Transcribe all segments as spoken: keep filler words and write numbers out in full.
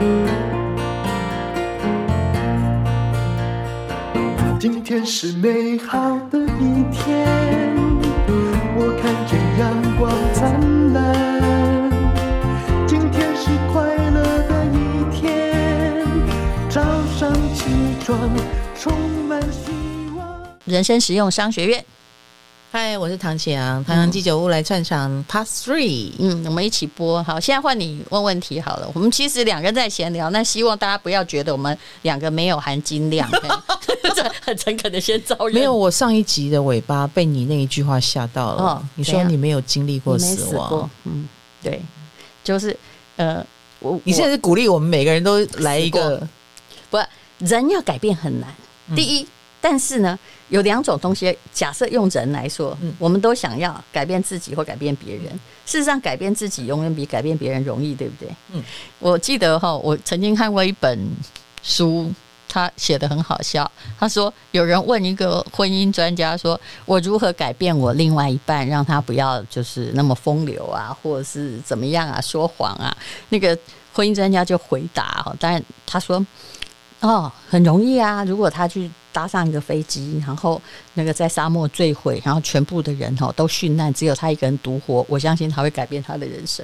今天是美好的一天，我看见阳光灿烂。今天是快乐的一天，早上起床充满希望。 人生实用商学院， 嗨，我是唐启阳，唐阳鸡酒屋来串场 Part Three。 嗯，我们一起播。好，现在换你问问题好了。我们其实两个人在闲聊，那希望大家不要觉得我们两个没有含金量，这很诚恳的先招认。 没有，我上一集的尾巴被你那一句话吓到了。哦、你说你没有经历过死亡， 死嗯，对，就是呃，我你现在是鼓励我们每个人都来一个， 不，人要改变很难。嗯、第一。但是呢，有两种东西，假设用人来说，嗯、我们都想要改变自己或改变别人。事实上，改变自己永远比改变别人容易，对不对？嗯，我记得哈，我曾经看过一本书，他写得很好笑。他说，有人问一个婚姻专家说：“我如何改变我另外一半，让他不要就是那么风流啊，或者是怎么样啊，说谎啊？”那个婚姻专家就回答哈，当然他说：“哦，很容易啊，如果他去。”搭上一个飞机，然后那个在沙漠坠毁，然后全部的人都殉难，只有他一个人独活。我相信他会改变他的人生。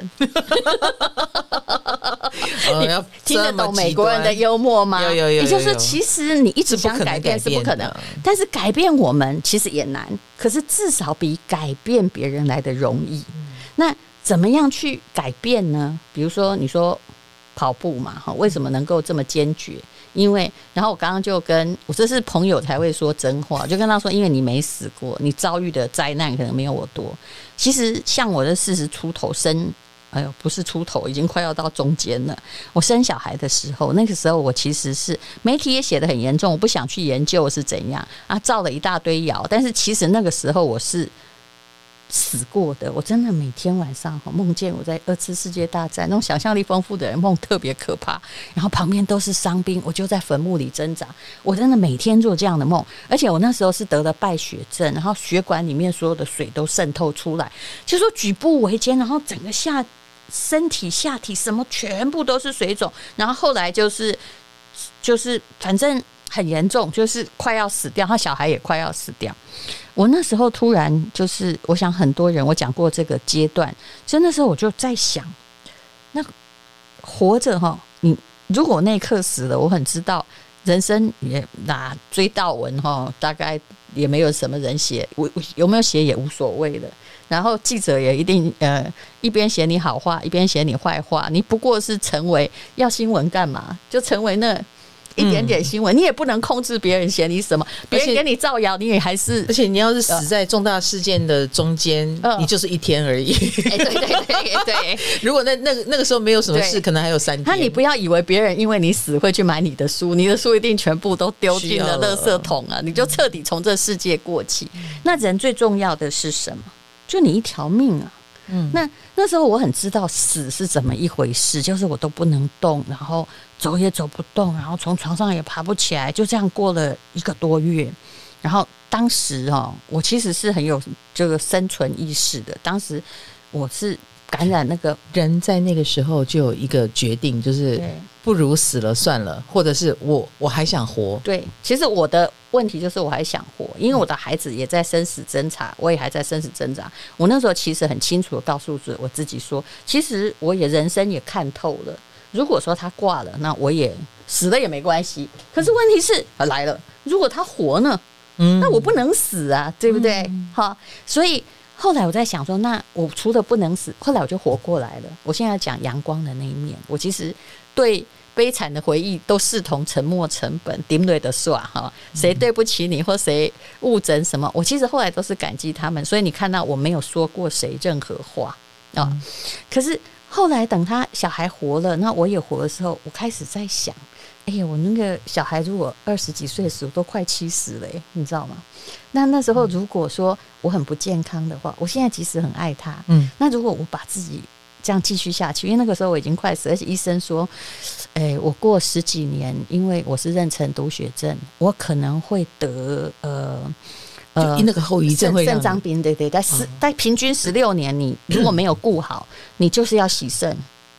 呃、 听得懂美国人的幽默吗？ 有有 有, 有, 有， 也就是其实你一直想改变是不可能，但是改变我们其实也难，可是至少比改变别人来的容易。嗯、那怎么样去改变呢？比如说你说跑步嘛，为什么能够这么坚决？因为，然后我刚刚就跟我这是朋友才会说真话，就跟他说，因为你没死过，你遭遇的灾难可能没有我多。其实像我的四十出头生，哎呦，不是出头，已经快要到中间了。我生小孩的时候，那个时候我其实是媒体也写得很严重，我不想去研究是怎样啊，造了一大堆谣。但是其实那个时候我是死过的，我真的每天晚上梦见我在二次世界大战，那种想象力丰富的人梦特别可怕，然后旁边都是伤兵，我就在坟墓里挣扎。我真的每天做这样的梦，而且我那时候是得了败血症，然后血管里面所有的水都渗透出来，就说举步维艰，然后整个下身体下体什么全部都是水肿，然后后来就是就是反正很严重，就是快要死掉，他小孩也快要死掉。我那时候突然就是，我想很多人我讲过这个阶段，所以那时候我就在想，那活着哈，你如果那一刻死了，我很知道人生也拿追悼文哈，大概也没有什么人写，有没有写也无所谓了。然后记者也一定呃一边写你好话，一边写你坏话，你不过是成为要新闻干嘛？就成为那。一点点新闻、嗯，你也不能控制别人写你什么，别人给你造谣，你也还是。 而且你要是死在重大事件的中间、呃，你就是一天而已。 欸、对对对对。 如果那那个那个时候没有什么事，可能还有三天。 那你不要以为别人因为你死会去买你的书，你的书一定全部都丢进了垃圾桶啊！你就彻底从这世界过气、嗯。那人最重要的是什么？就你一条命啊！嗯，那那时候我很知道死是怎么一回事，就是我都不能动，然后走也走不动，然后从床上也爬不起来，就这样过了一个多月。然后当时哦，我其实是很有这个生存意识的。当时我是感染那个人，在那个时候就有一个决定，就是不如死了算了，或者是我我还想活。 对，其实我的问题就是我还想活，因为我的孩子也在生死挣扎，我也还在生死挣扎。我那时候其实很清楚的告诉我自己说，其实我也人生也看透了。如果说他挂了，那我也死了也没关系。可是问题是来了，如果他活呢？嗯，那我不能死啊，对不对？好、嗯，所以后来我在想说，那我除了不能死，后来我就活过来了。我现在讲阳光的那一面，我其实对悲惨的回忆都视同沉没成本，顶累的耍哈，谁对不起你或谁误诊什么，我其实后来都是感激他们。所以你看到我没有说过谁任何话啊、嗯，可是后来等他小孩活了，那我也活的时候，我开始在想。哎呀，我那个小孩如果二十几岁的时候都快七十了，你知道吗？那那时候如果说我很不健康的话，我现在即使很爱他，嗯，那如果我把自己这样继续下去，因为那个时候我已经快死，而且医生说，哎，我过十几年，因为我是妊娠毒血症，我可能会得呃呃那个后遗症会让肾脏病，对对，在十在平均十六年，你如果没有顾好，你就是要洗肾。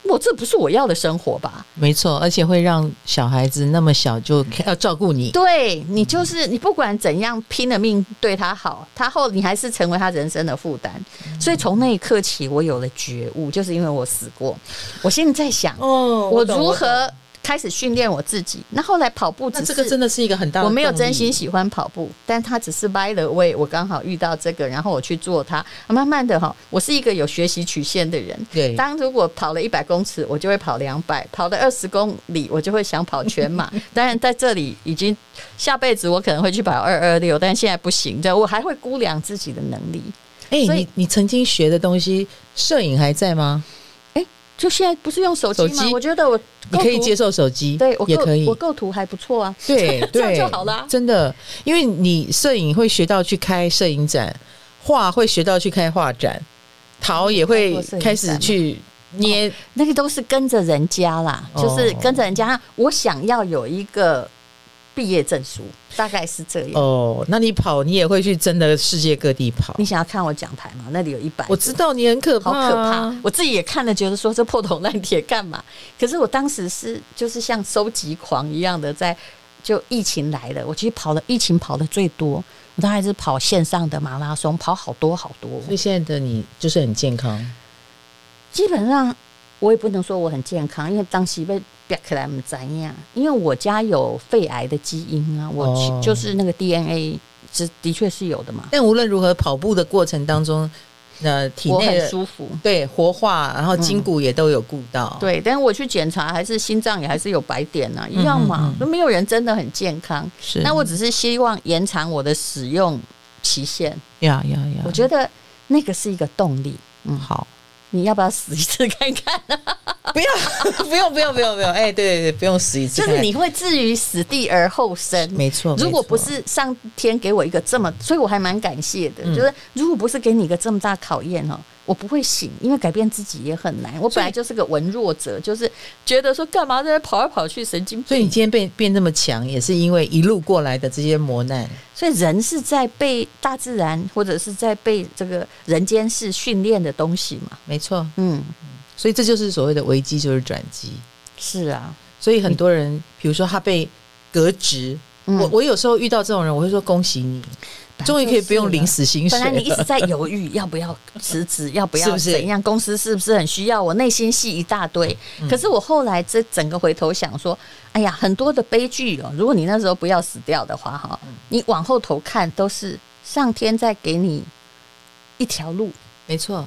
我这不是我要的生活吧？ 没错，而且会让小孩子那么小就要照顾你。 对，你就是你不管怎样拼了命对他好，他后你还是成为他人生的负担。所以从那一刻起，我有了觉悟，就是因为我死过。我现在在想，哦，我如何开始训练我自己。那后来跑步只是， 这个真的是一个很大的， 我没有真心喜欢跑步，但它只是 by the way， 我刚好遇到这个，然后我去做它。慢慢的哈，我是一个有学习曲线的人。 对， 当如果跑了一百公尺，我就会跑两百；跑了二十公里，我就会想跑全马。当然在这里已经下辈子我可能会去跑二二六，但现在不行，我还会估量自己的能力。 哎、欸，你你曾经学的东西，摄影还在吗？ 就现在不是用手机吗？我觉得我你可以接受手机， 对，我也可以， 我构图还不错啊。 对对， 这样就好了。 真的，因为你摄影会学到去开摄影展，画会学到去开画展，陶也会开始去捏，哦、 那个都是跟着人家啦，哦、就是跟着人家。我想要有一个毕业证书，大概是这样。 哦，那你跑，你也会去真的世界各地跑？ 你想要看我讲台吗？那里有一百， 我知道你很可怕、啊， 好可怕。我自己也看了，觉得说这破铜烂铁干嘛？可是我当时是就是像收集狂一样的在，就疫情来了，我其实跑了，疫情跑的最多，我大概是跑线上的马拉松，跑好多好多。 所以现在的你就是很健康， 基本上我也不能说我很健康，因为当时被。别克莱姆怎样？因为我家有肺癌的基因啊，我就是那个 D N A 是的确是有的嘛。 但无论如何，跑步的过程当中，呃，体内我很舒服， 对活化，然后筋骨也都有顾到。 嗯、对，但是我去检查，还是心脏也还是有白点啊，一样嘛，都、嗯嗯、没有人真的很健康。 是， 那我只是希望延长我的使用期限。 呀呀呀！ 我觉得那个是一个动力。 嗯，好。 你要不要死一次看看、 啊？不要，不用，不用，不用，不用。哎、欸，对对对，不用死一次看看。 就是你会置于死地而后生， 没错。 如果不是上天给我一个这么，所以我还蛮感谢的。嗯、就是如果不是给你一个这么大考验哦，我不会醒，因为改变自己也很难。我本来就是个文弱者，就是觉得说干嘛在跑来跑去，神经病。 所以你今天变变这么强，也是因为一路过来的这些磨难。 所以人是在被大自然或者是在被这个人间世训练的东西嘛？ 没错， 嗯， 所以这就是所谓的危机就是转机。 是啊， 所以很多人，比如说他被革职，嗯、我我有时候遇到这种人，我会说恭喜你，终于可以不用领死薪水了。 本来你一直在犹豫要不要辞职，要不要怎样，公司是不是很需要我，内心戏一大堆。嗯、可是我后来这整个回头想说，哎呀，很多的悲剧哦，如果你那时候不要死掉的话哈，你往后头看都是上天在给你一条路。 没错。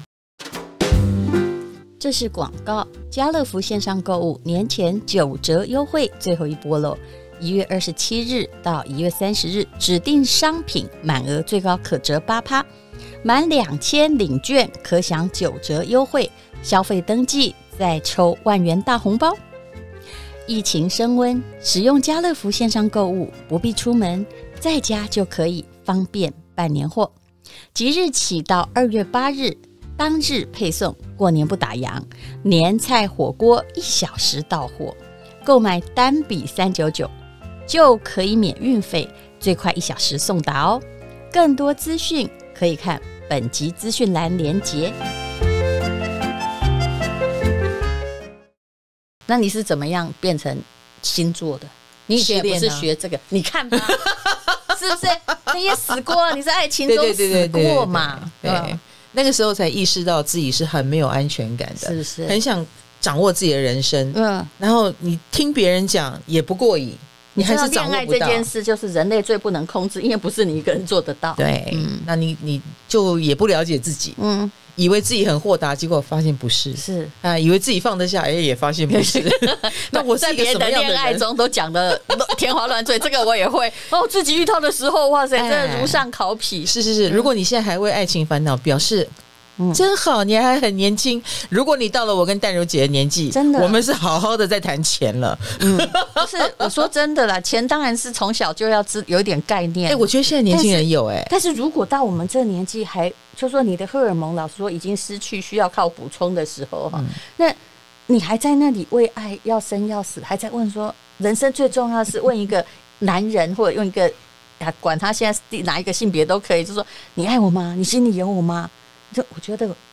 这是广告，家乐福线上购物年前九折优惠最后一波喽！一月二十七日到一月三十日，指定商品满额最高可折八趴，满两千领券可享九折优惠，消费登记再抽万元大红包。疫情升温，使用家乐福线上购物不必出门，在家就可以方便办年货。即日起到二月八日。当日配送，过年不打烊，年菜火锅一小时到货，购买单笔三九九就可以免运费，最快一小时送达哦。更多资讯可以看本集资讯栏连结。那你是怎么样变成星座的？你以前不是学这个？啊、你看吧，是不是？你也死过，你是爱情中死过嘛？ 对, 对, 对, 对, 对。那个时候才意识到自己是很没有安全感的， 是是， 很想掌握自己的人生。嗯，然后你听别人讲也不过瘾，你还是掌握不到。 恋爱这件事就是人类最不能控制，因为不是你一个人做得到。 对，嗯、那你你就也不了解自己，嗯，以为自己很豁达，结果发现不是， 是啊，以为自己放得下，哎，也发现不是。那我在别人的恋爱中都讲的天花乱坠，这个我也会。哦，自己遇到的时候，哇塞，真的如上考妣。 是是是，如果你现在还为爱情烦恼，表示。嗯、真好，你还很年轻。如果你到了我跟淡如姐的年纪， 真的， 我们是好好的在谈钱了。 嗯，不是，我说真的啦，钱当然是从小就要知有一点概念。 哎、欸，我觉得现在年轻人有哎、欸， 但是如果到我们这年纪还，就说你的荷尔蒙，老实说已经失去，需要靠补充的时候哈，嗯、那你还在那里为爱要生要死，还在问说，人生最重要是问一个男人或者用一个啊，管他现在哪一个性别都可以，就说你爱我吗？你心里有我吗？就我觉得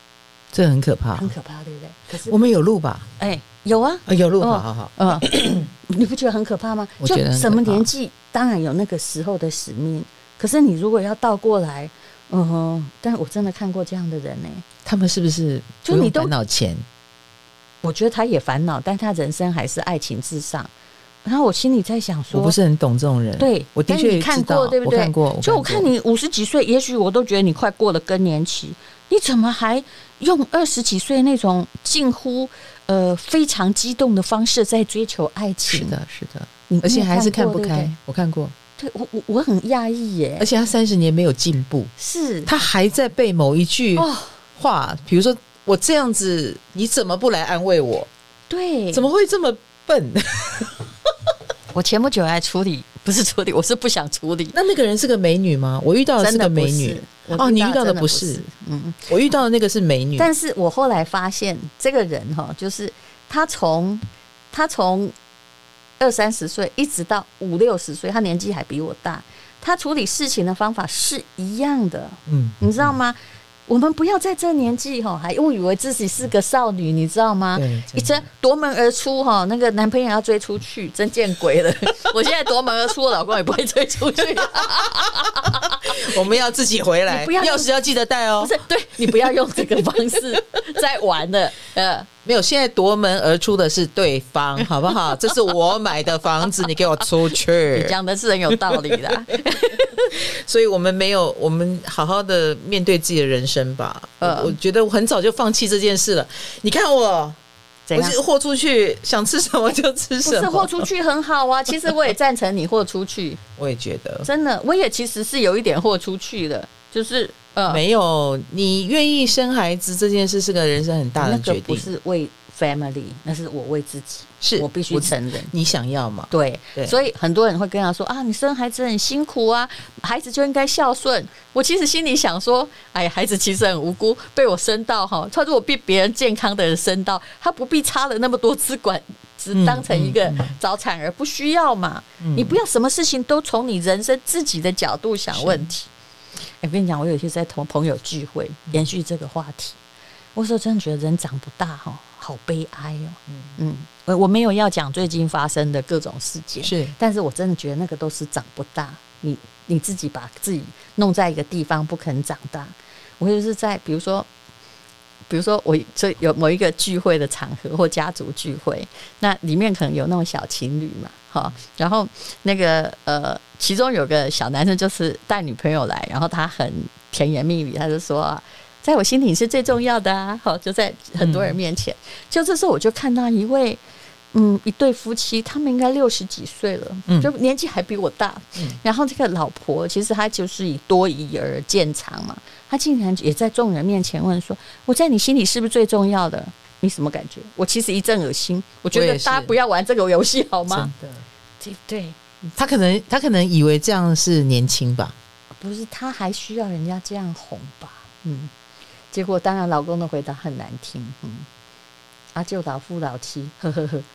这很可怕， 很可怕，对不对？可是我们有录吧？ 哎，有啊， 啊、有录，好好好， 嗯，你不觉得很可怕吗？ 我觉得就什么年纪，当然有那个时候的使命，可是你如果要倒过来，嗯哼，但是我真的看过这样的人呢、欸， 他们是不是不用烦恼钱？ 我觉得他也烦恼，但他人生还是爱情至上。然后我心里在想说， 我不是很懂这种人。对，我的确看过，对不对？ 我看过。 就我看你五十几岁，也许我都觉得你快过了更年期，你怎么还用二十几岁那种近乎呃非常激动的方式在追求爱情？ 是的，是的，而且还是看不开。对对我看过， 对我我我很讶异耶。 而且他三十年没有进步， 是他还在被某一句话，比如说我这样子，你怎么不来安慰我？ 对， 怎么会这么笨？ 我前不久还处理，不是处理，我是不想处理。 那那个人是个美女吗？我遇到的是个美女。哦，你遇到的不是？嗯，我遇到的那个是美女。 但是我后来发现，这个人哈，就是他从他从二三十岁一直到五六十岁，他年纪还比我大，他处理事情的方法是一样的。嗯，你知道吗？嗯，我们不要在这年纪哈，还误以为自己是个少女，你知道吗？一直夺门而出哈，那个男朋友要追出去，真见鬼了！我现在夺门而出，我老公也不会追出去。 我们要自己回来，钥匙要记得带哦。 不是，对你不要用这个方式在玩了。呃， 没有，现在夺门而出的是对方，好不好？这是我买的房子，你给我出去。 你讲的是很有道理的。 所以我们没有，我们好好的面对自己的人生吧。呃，我觉得我很早就放弃这件事了。你看我，我是豁出去，想吃什么就吃什么。 不是豁出去很好啊，其实我也赞成你豁出去。 我也觉得， 真的，我也其实是有一点豁出去的，就是呃， 没有你愿意生孩子这件事是个人生很大的决定， 那个不是为 family， 那是我为自己， 是我必须承认。 你想要嘛？ 对，对，所以很多人会跟他说啊，你生孩子很辛苦啊，孩子就应该孝顺。我其实心里想说，哎，孩子其实很无辜，被我生到哈，他如果被别人健康的人生到，他不必插了那么多支管。只当成一个早产儿，不需要嘛？嗯、你不要什么事情都从你人生自己的角度想问题。哎、欸，我跟你讲，我有一次在同朋友聚会，延续这个话题，我说真的觉得人长不大哈，好悲哀哦。嗯嗯，我没有要讲最近发生的各种事件， 是，但是我真的觉得那个都是长不大。你你自己把自己弄在一个地方不肯长大，我就是在比如说。比如说我这有某一个聚会的场合或家族聚会，那里面可能有那种小情侣嘛，哈，然后那个呃，其中有个小男生就是带女朋友来，然后他很甜言蜜语，他就说、啊、在我心里是最重要的啊，好，就在很多人面前，嗯、就这时候我就看到一位嗯一对夫妻，他们应该六十几岁了，嗯、就年纪还比我大，嗯、然后这个老婆其实她就是以多疑而见长嘛。他竟然也在众人面前问说：“我在你心里是不是最重要的？你什么感觉？”我其实一阵恶心，我觉得大家不要玩这个游戏好吗？ 真的， 对对， 他可能他可能以为这样是年轻吧？ 不是，他还需要人家这样哄吧？嗯，结果当然老公的回答很难听，嗯，啊就老夫老妻，呵呵呵。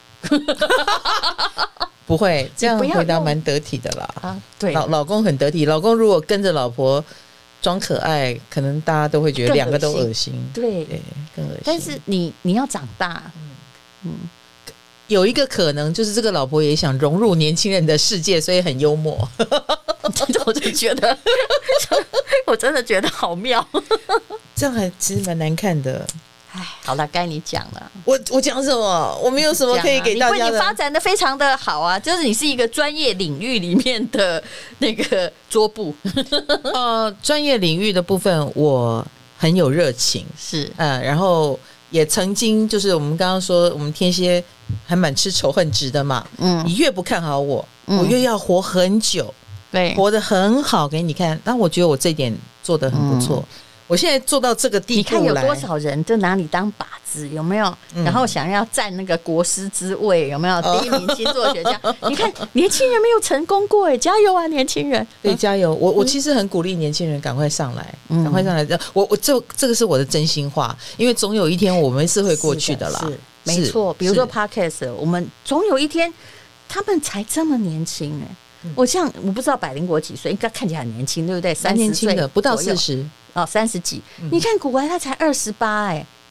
不会这样回答蛮得体的啦。 啊，对， 老老公很得体，老公如果跟着老婆。装可爱，可能大家都会觉得两个都恶心， 对对，更恶心。 但是你你要长大，嗯嗯，有一个可能就是这个老婆也想融入年轻人的世界，所以很幽默。 我就觉得，我真的觉得好妙， 这样还其实蛮难看的。 哎，好了，该你讲了。 我我讲什么？我没有什么可以给大家的。 你发展的非常的好啊，就是你是一个专业领域里面的那个桌布。 呃，专业领域的部分我很有热情， 是呃，然后也曾经就是我们刚刚说，我们天蝎还蛮吃仇恨值的嘛。嗯，你越不看好我，嗯、我越要活很久， 对， 活得很好给你看。那我觉得我这一点做得很不错。嗯我现在做到这个地步来， 你看有多少人就拿你当靶子，有没有？嗯、然后想要占那个国师之位，有没有？第一名星座学家，哦、你看年轻人没有成功过，哎，加油啊，年轻人！ 对，加油！我我其实很鼓励年轻人赶快上来，赶、嗯、快上来。我我这这个是我的真心话，因为总有一天我们是会过去的啦。 是, 是没错，比如说 Podcast， 我们总有一天他们才这么年轻哎、欸。我像我不知道百灵果几岁，应该看起来很年轻，对不对？ 三年轻的，不到四十。 哦，三十几，嗯、你看古玩他才二十八，哎，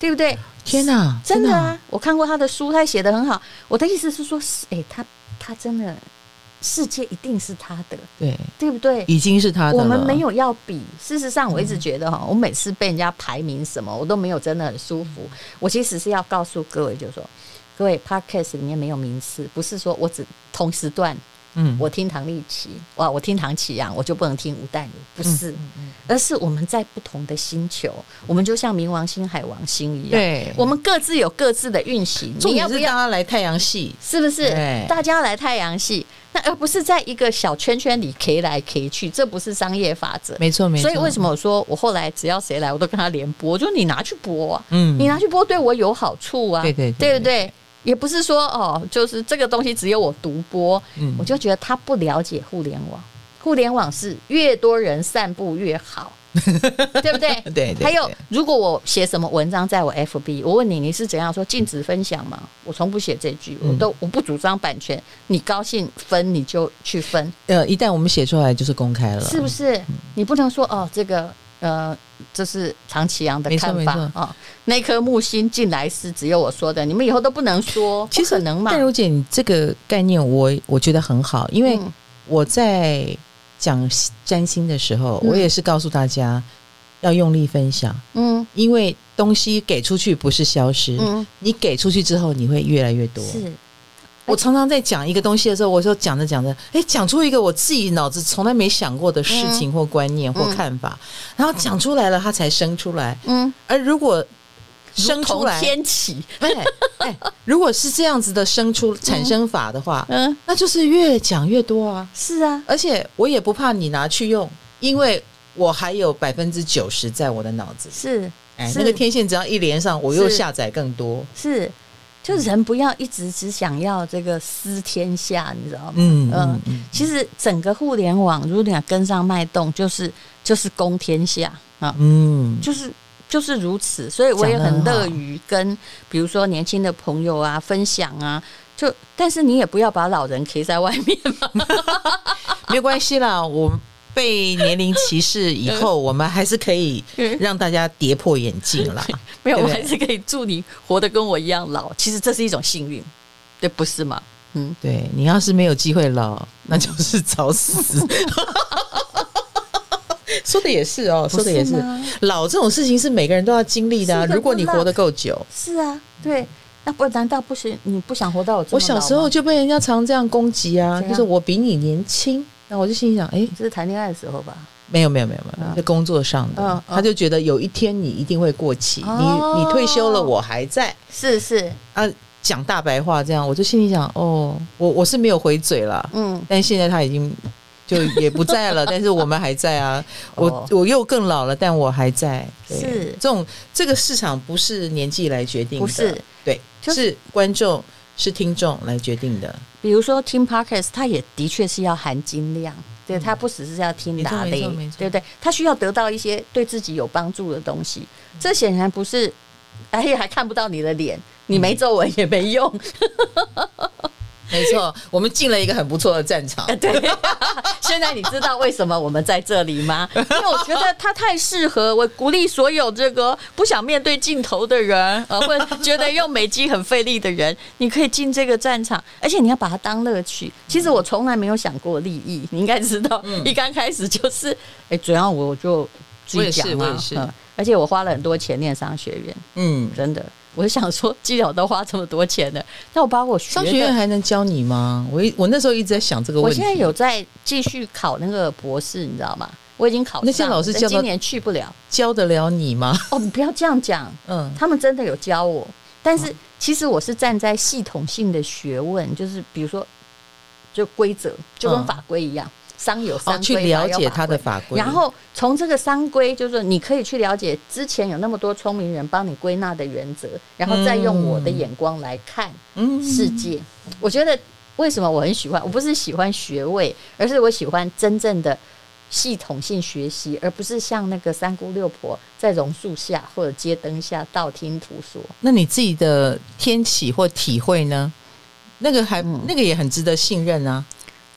对不对？ 天哪， 真的啊！我看过他的书，他写得很好。我的意思是说，哎，他他真的世界一定是他的， 对对不对？ 已经是他的了。 我们没有要比。事实上，我一直觉得哈、嗯，我每次被人家排名什么，我都没有真的很舒服。我其实是要告诉各位，就是说，各位 Podcast 里面没有名次，不是说我只同时段。嗯，我听唐立淇，哇，我听唐启阳，我就不能听吴淡如，不是、嗯嗯嗯，而是我们在不同的星球，我们就像冥王星、海王星一样，对，我们各自有各自的运行。 重点是大家来太阳系， 是不是？大家来太阳系，那而不是在一个小圈圈里 K 来 K 去，这不是商业法则。 没错，没错。 所以为什么我说我后来只要谁来，我都跟他连播，就你拿去播啊，嗯，你拿去播对我有好处啊，对对 对, 对, 对不对？也不是说哦，就是这个东西只有我独播、嗯，我就觉得他不了解互联网。互联网是越多人散布越好，对不对？ 对, 对, 对。 还有，如果我写什么文章在我 F B， 我问你，你是怎样说禁止分享吗？我从不写这句，我都我不主张版权，你高兴分你就去分。 呃，一旦我们写出来就是公开了， 是不是？嗯、你不能说哦，这个。呃，这是唐启阳的看法啊、哦。那颗木星进来是只有我说的，你们以后都不能说， 其实不可能嘛。 淡如姐，你这个概念我我觉得很好，因为我在讲占星的时候、嗯，我也是告诉大家要用力分享，嗯，因为东西给出去不是消失，嗯，你给出去之后你会越来越多。是。我常常在讲一个东西的时候，我说讲着讲着，哎，讲出一个我自己脑子从来没想过的事情或观念或看法，嗯、然后讲出来了，它才生出来。嗯，而如果生出来， 如同天启， 哎哎，如果是这样子的生出产生法的话，嗯，那就是越讲越多啊。 是啊， 而且我也不怕你拿去用，因为我还有百分之九十在我的脑子。 是， 哎，那个天线只要一连上，我又下载更多。 是。就人不要一直只想要这个思天下，你知道吗？嗯嗯嗯。其实整个互联网，如果你要跟上脉动，就是就是攻天下啊，嗯，就是就是如此。所以我也很乐于跟比如说年轻的朋友啊分享啊，就但是你也不要把老人 K 在外面嘛， 没关系啦，我。被年龄歧视以后，我们还是可以让大家跌破眼镜啦。 没有，我还是可以祝你活得跟我一样老。其实这是一种幸运，对，不是吗？ 嗯，对，你要是没有机会老，那就是早死。说的也是哦，说的也是。老这种事情是每个人都要经历的啊。如果你活得够久， 是啊，对。那不难道不行？你不想活到我这么老吗？ 我小时候就被人家常这样攻击啊，就是我比你年轻。那我就心想，哎、欸， 这是谈恋爱的时候吧？ 没有，没有，没有，没有，在、嗯、工作上的、嗯嗯，他就觉得有一天你一定会过期，哦、你你退休了，我还在， 是是啊，讲大白话这样，我就心里想，哦，我我是没有回嘴了，嗯，但现在他已经就也不在了，但是我们还在啊，我、哦、我又更老了，但我还在，是这种这个市场不是年纪来决定的，不是，对，就是、是观众。是听众来决定的，比如说听 Podcast， 它也的确是要含金量，对，它不只是要听打雷，对不对？它需要得到一些对自己有帮助的东西，这显然不是，而且还看不到你的脸，你没皱纹也没用。 没错，我们进了一个很不错的战场。 对，现在你知道为什么我们在这里吗？因为我觉得它太适合，我鼓励所有这个不想面对镜头的人，呃，或者觉得用美肌很费力的人，你可以进这个战场，而且你要把它当乐趣。其实我从来没有想过利益，你应该知道，嗯、一刚开始就是，哎，主要我就自己讲嘛， 我也是，我也是、嗯， 而且我花了很多钱念商学院，嗯，真的。我想说，既然我都花这么多钱了，那我把我学的商学院还能教你吗？我我那时候一直在想这个问题。 我现在有在继续考那个博士，你知道吗？我已经考上了， 那些老师教今年去不了， 教得了你吗？ 哦，你不要这样讲，嗯，他们真的有教我，但是其实我是站在系统性的学问，就是比如说，就规则，就跟法规一样。嗯，商有商规、哦， 去了解它的法规， 然后从这个商规，就是你可以去了解之前有那么多聪明人帮你归纳的原则，然后再用我的眼光来看世界。嗯、我觉得为什么我很喜欢，我不是喜欢学位，而是我喜欢真正的系统性学习，而不是像那个三姑六婆在榕树下或者街灯下道听途说。 那你自己的天启或体会呢？那个还、嗯、那个也很值得信任啊。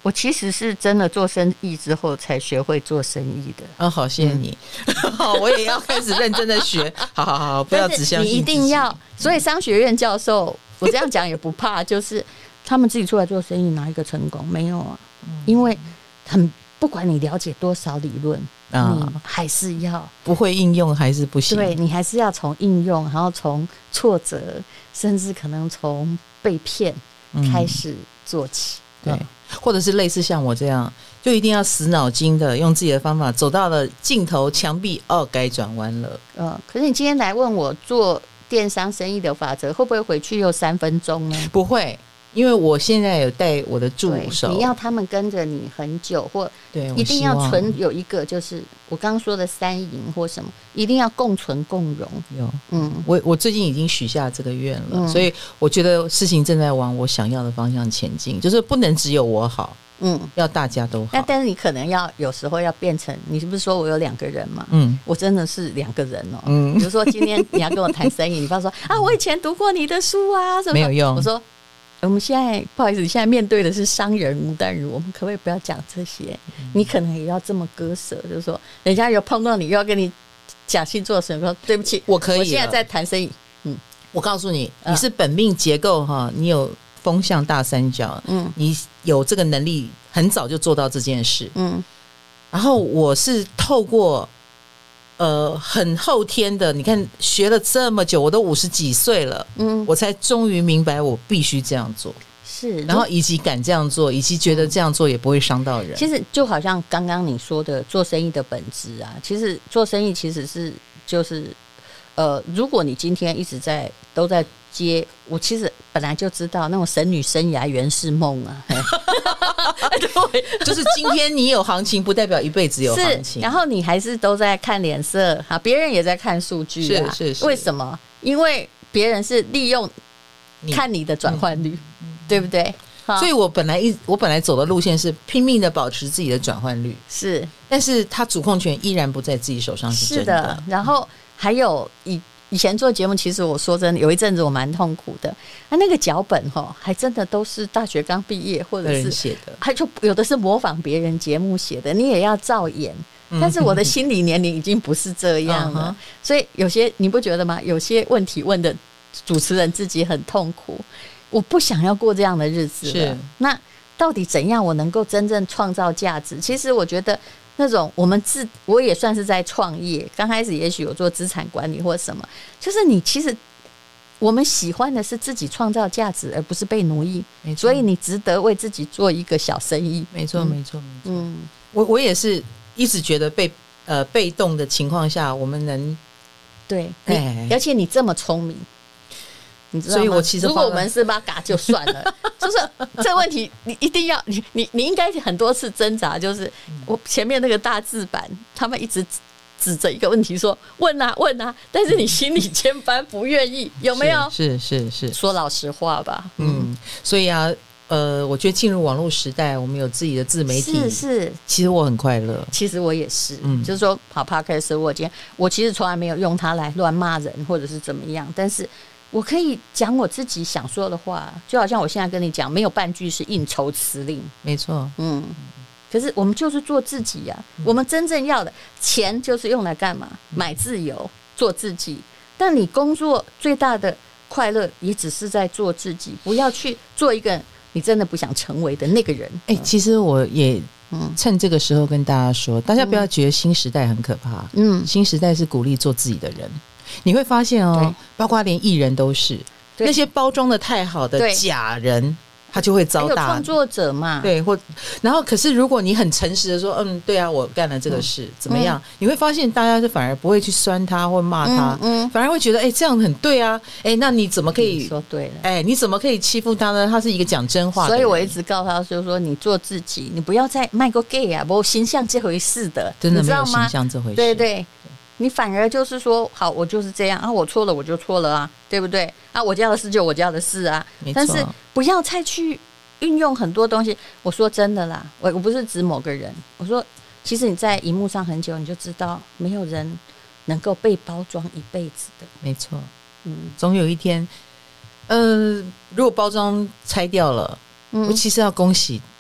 我其实是真的做生意之后才学会做生意的。 哦，好，谢谢你。嗯、我也要开始认真的学。好好好，不要只相信自己。 你一定要，所以商学院教授，我这样讲也不怕，就是他们自己出来做生意，哪一个成功？没有啊，因为很不管你了解多少理论。你还是要不会应用还是不行， 对，你还是要从应用，然后从挫折，甚至可能从被骗开始做起、 嗯、对，或者是类似像我这样，就一定要死脑筋的用自己的方法走到了尽头墙壁，哦，该转弯了。 嗯，可是你今天来问我做电商生意的法则，会不会回去又三分钟呢？ 不会。因为我现在有带我的助手， 你要他们跟着你很久，或一定要存有一个，就是我刚刚说的三赢或什么，一定要共存共荣。 有，嗯，我我最近已经许下这个愿了、嗯，所以我觉得事情正在往我想要的方向前进，就是不能只有我好，嗯，要大家都好。 那但是你可能要有时候要变成，你是不是说我有两个人嘛？嗯，我真的是两个人哦。嗯，比如说今天你要跟我谈生意，你不要说啊，我以前读过你的书啊，什么没有用。 我说。我们现在不好意思，现在面对的是商人吴淡如，我们可不可以不要讲这些？嗯、你可能也要这么割舍，就是说，人家有碰到你，又要跟你讲星座什么，说对不起， 我可以， 我现在在谈生意。嗯， 我告诉你，你是本命结构哈，你有风向大三角，嗯，你有这个能力，很早就做到这件事，嗯。然后我是透过。呃，很后天的，你看学了这么久，我都五十几岁了，嗯，我才终于明白我必须这样做， 是， 然后以及敢这样做，以及觉得这样做也不会伤到人。 其实就好像刚刚你说的，做生意的本质啊，其实做生意其实是就是呃，如果你今天一直在都在接，我其实本来就知道那种神女生涯原是梦啊。 对，就是今天你有行情，不代表一辈子有行情。 然后你还是都在看脸色，好，别人也在看数据啊。 是是是。 为什么？因为别人是利用看你的转换率，嗯、对不对？ 所以我本来一我本来走的路线是拼命的保持自己的转换率， 是， 但是他主控权依然不在自己手上，是真的。 是的，然后还有以。以前做节目，其实我说真的，有一阵子我蛮痛苦的。那那个脚本哈，还真的都是大学刚毕业或者是写的， 还就有的是模仿别人节目写的，你也要照演。但是我的心理年龄已经不是这样了，嗯、所以有些你不觉得吗？有些问题问的主持人自己很痛苦，我不想要过这样的日子了。是，那到底怎样我能够真正创造价值？其实我觉得。那种我们自我也算是在创业，刚开始也许有做资产管理或什么，就是你其实我们喜欢的是自己创造价值，而不是被奴役。所以你值得为自己做一个小生意。 没错，没错，没错。嗯，我我也是一直觉得被呃被动的情况下，我们能对，而且你这么聪明。你知道吗？ 所以我其实如果我们是八嘎就算了，就是这个问题，你一定要你你你应该很多次挣扎，就是我前面那个大字板，他们一直指着一个问题说问啊问啊，但是你心里千般不愿意，有没有？ 是是 是, 是， 说老实话吧， 嗯，所以啊，呃，我觉得进入网络时代，我们有自己的自媒体， 是是， 其实我很快乐， 其实我也是，嗯，就是说跑 podcast， 我今天我其实从来没有用它来乱骂人或者是怎么样，但是。我可以讲我自己想说的话，就好像我现在跟你讲，没有半句是应酬辞令。 没错， 嗯。可是我们就是做自己呀、啊嗯，我们真正要的钱就是用来干嘛？买自由，做自己。但你工作最大的快乐也只是在做自己，不要去做一个你真的不想成为的那个人。 哎、欸，其实我也趁这个时候跟大家说，大家不要觉得新时代很可怕。嗯，新时代是鼓励做自己的人。你会发现哦，包括连艺人都是那些包装的太好的假人，他就会遭大。 创作者嘛， 对，或然后可是如果你很诚实的说，嗯，对啊，我干了这个事，嗯、怎么样、嗯？你会发现大家就反而不会去酸他或骂他，嗯，嗯反而会觉得，哎、欸，这样很对啊，哎、欸，那你怎么可以说对了？ 哎、欸，你怎么可以欺负他呢？他是一个讲真话的人， 所以我一直告诉他，就是说你做自己，你不要再卖个 gay 啊，没有形象这回事的， 真的没有形象这回事， 对对。你反而就是说，好，我就是这样啊，我错了我就错了啊，对不对啊？我家的事就我家的事啊，但是不要再去运用很多东西。我说真的啦，我我不是指某个人，我说其实你在荧幕上很久，你就知道没有人能够被包装一辈子的。 没错，嗯，总有一天，呃，如果包装拆掉了，嗯，我其实要恭喜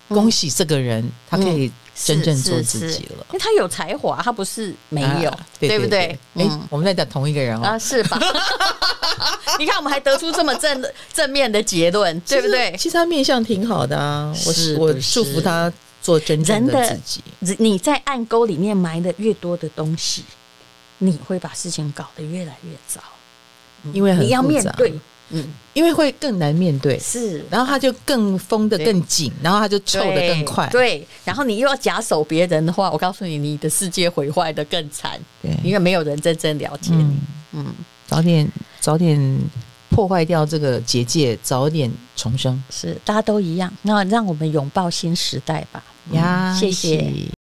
恭喜这个人，他可以真正做自己了， 因为他有才华，他不是没有，啊、对, 对不对？哎、 嗯，我们在讲同一个人哦， 啊，是吧？你看，我们还得出这么正正面的结论，对不对？ 其实他面相挺好的啊，我我祝福他做真正的自己。 你在暗沟里面埋的越多的东西，你会把事情搞得越来越糟， 因为很复杂， 你要面对。 嗯，因为会更难面对， 是， 然后他就更封得更紧，然后他就臭得更快， 对，然后你又要假手别人的话，我告诉你，你的世界毁坏得更惨，对，因为没有人真正了解你，嗯， 嗯早点早点破坏掉这个结界，早点重生， 是，大家都一样，那让我们拥抱新时代吧， 呀、嗯， 谢谢。